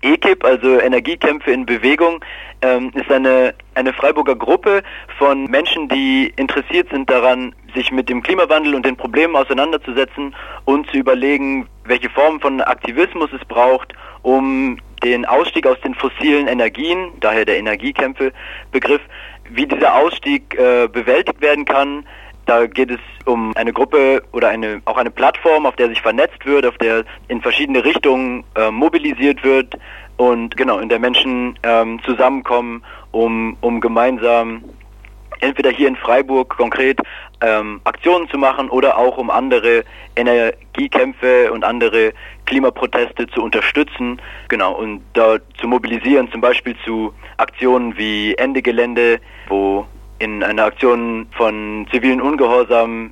EKIP, also Energiekämpfe in Bewegung, ist eine Freiburger Gruppe von Menschen, die interessiert sind daran, sich mit dem Klimawandel und den Problemen auseinanderzusetzen und zu überlegen, welche Formen von Aktivismus es braucht, um den Ausstieg aus den fossilen Energien, daher der Energiekämpfe-Begriff, wie dieser Ausstieg bewältigt werden kann. Da geht es um eine Gruppe oder auch eine Plattform, auf der sich vernetzt wird, auf der in verschiedene Richtungen mobilisiert wird und genau, in der Menschen zusammenkommen, um gemeinsam entweder hier in Freiburg konkret Aktionen zu machen oder auch um andere Energiekämpfe und andere Klimaproteste zu unterstützen, genau, und da zu mobilisieren, zum Beispiel zu Aktionen wie Ende Gelände, wo in einer Aktion von zivilen Ungehorsam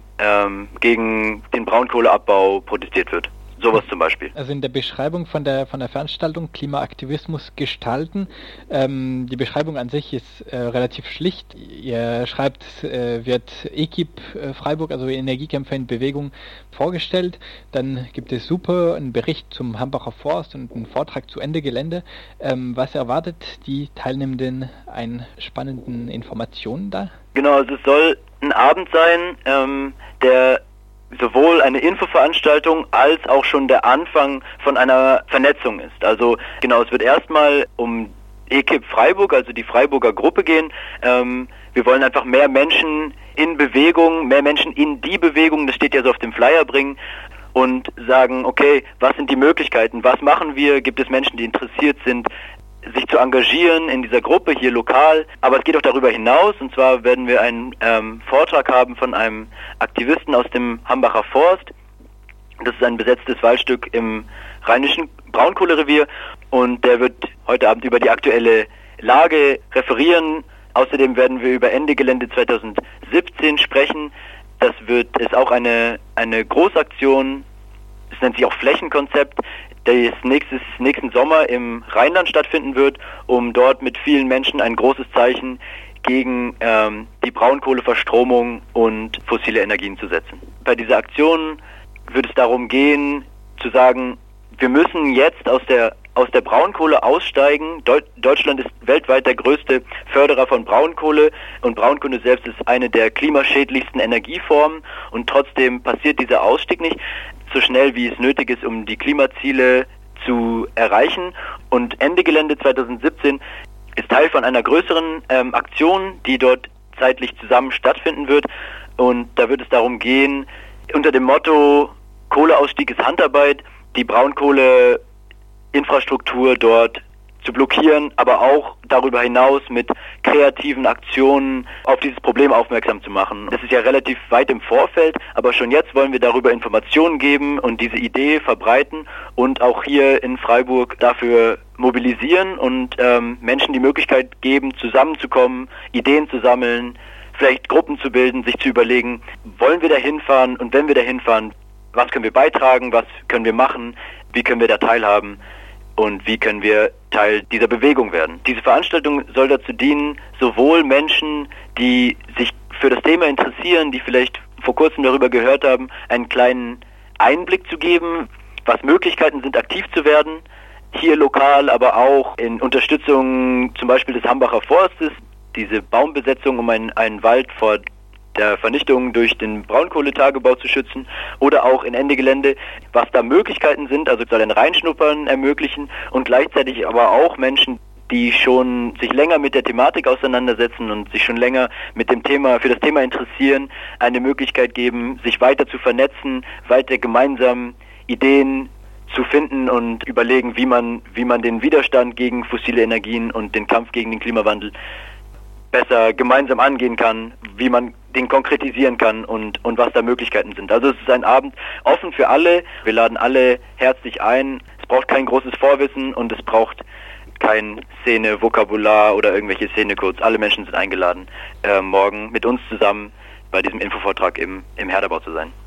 gegen den Braunkohleabbau protestiert wird. Sowas zum Beispiel. Also in der Beschreibung von der Veranstaltung Klimaaktivismus gestalten, die Beschreibung an sich ist relativ schlicht. Ihr schreibt, wird EKIP Freiburg, also Energiekämpfer in Bewegung, vorgestellt. Dann gibt es einen Bericht zum Hambacher Forst und einen Vortrag zu Ende Gelände. Was erwartet die Teilnehmenden an spannenden Informationen da? Genau, also es soll ein Abend sein, der sowohl eine Infoveranstaltung als auch schon der Anfang von einer Vernetzung ist. Also genau, es wird erstmal um EKIP Freiburg, also die Freiburger Gruppe gehen. Wir wollen einfach mehr Menschen in Bewegung, mehr Menschen in die Bewegung, das steht ja so auf dem Flyer, bringen und sagen, okay, was sind die Möglichkeiten, was machen wir, gibt es Menschen, die interessiert sind, sich zu engagieren in dieser Gruppe hier lokal, aber es geht auch darüber hinaus, und zwar werden wir einen Vortrag haben von einem Aktivisten aus dem Hambacher Forst. Das ist ein besetztes Waldstück im rheinischen Braunkohlerevier und der wird heute Abend über die aktuelle Lage referieren. Außerdem werden wir über Ende Gelände 2017 sprechen. Das ist auch eine Großaktion, es nennt sich auch Flächenkonzept, das nächsten Sommer im Rheinland stattfinden wird, um dort mit vielen Menschen ein großes Zeichen gegen die Braunkohleverstromung und fossile Energien zu setzen. Bei dieser Aktion wird es darum gehen, zu sagen, wir müssen jetzt aus der Braunkohle aussteigen. Deutschland ist weltweit der größte Förderer von Braunkohle und Braunkohle selbst ist eine der klimaschädlichsten Energieformen und trotzdem passiert dieser Ausstieg nicht so schnell, wie es nötig ist, um die Klimaziele zu erreichen. Und Ende Gelände 2017 ist Teil von einer größeren Aktion, die dort zeitlich zusammen stattfinden wird. Und da wird es darum gehen, unter dem Motto Kohleausstieg ist Handarbeit, die Braunkohleinfrastruktur dort zu blockieren, aber auch darüber hinaus mit kreativen Aktionen auf dieses Problem aufmerksam zu machen. Das ist ja relativ weit im Vorfeld, aber schon jetzt wollen wir darüber Informationen geben und diese Idee verbreiten und auch hier in Freiburg dafür mobilisieren und Menschen die Möglichkeit geben, zusammenzukommen, Ideen zu sammeln, vielleicht Gruppen zu bilden, sich zu überlegen, wollen wir da hinfahren und wenn wir da hinfahren, was können wir beitragen, was können wir machen, wie können wir da teilhaben und wie können wir Teil dieser Bewegung werden. Diese Veranstaltung soll dazu dienen, sowohl Menschen, die sich für das Thema interessieren, die vielleicht vor kurzem darüber gehört haben, einen kleinen Einblick zu geben, was Möglichkeiten sind, aktiv zu werden, hier lokal, aber auch in Unterstützung zum Beispiel des Hambacher Forstes, diese Baumbesetzung, um einen Wald vor der Vernichtung durch den Braunkohletagebau zu schützen oder auch in Ende Gelände, was da Möglichkeiten sind, also soll ein Reinschnuppern ermöglichen und gleichzeitig aber auch Menschen, die schon sich länger mit der Thematik auseinandersetzen und sich schon länger für das Thema interessieren, eine Möglichkeit geben, sich weiter zu vernetzen, weiter gemeinsam Ideen zu finden und überlegen, wie man den Widerstand gegen fossile Energien und den Kampf gegen den Klimawandel besser gemeinsam angehen kann, wie man den konkretisieren kann und was da Möglichkeiten sind. Also es ist ein Abend offen für alle. Wir laden alle herzlich ein. Es braucht kein großes Vorwissen und es braucht kein Szene-Vokabular oder irgendwelche Szenecodes. Alle Menschen sind eingeladen, morgen mit uns zusammen bei diesem Infovortrag im Herderbau zu sein.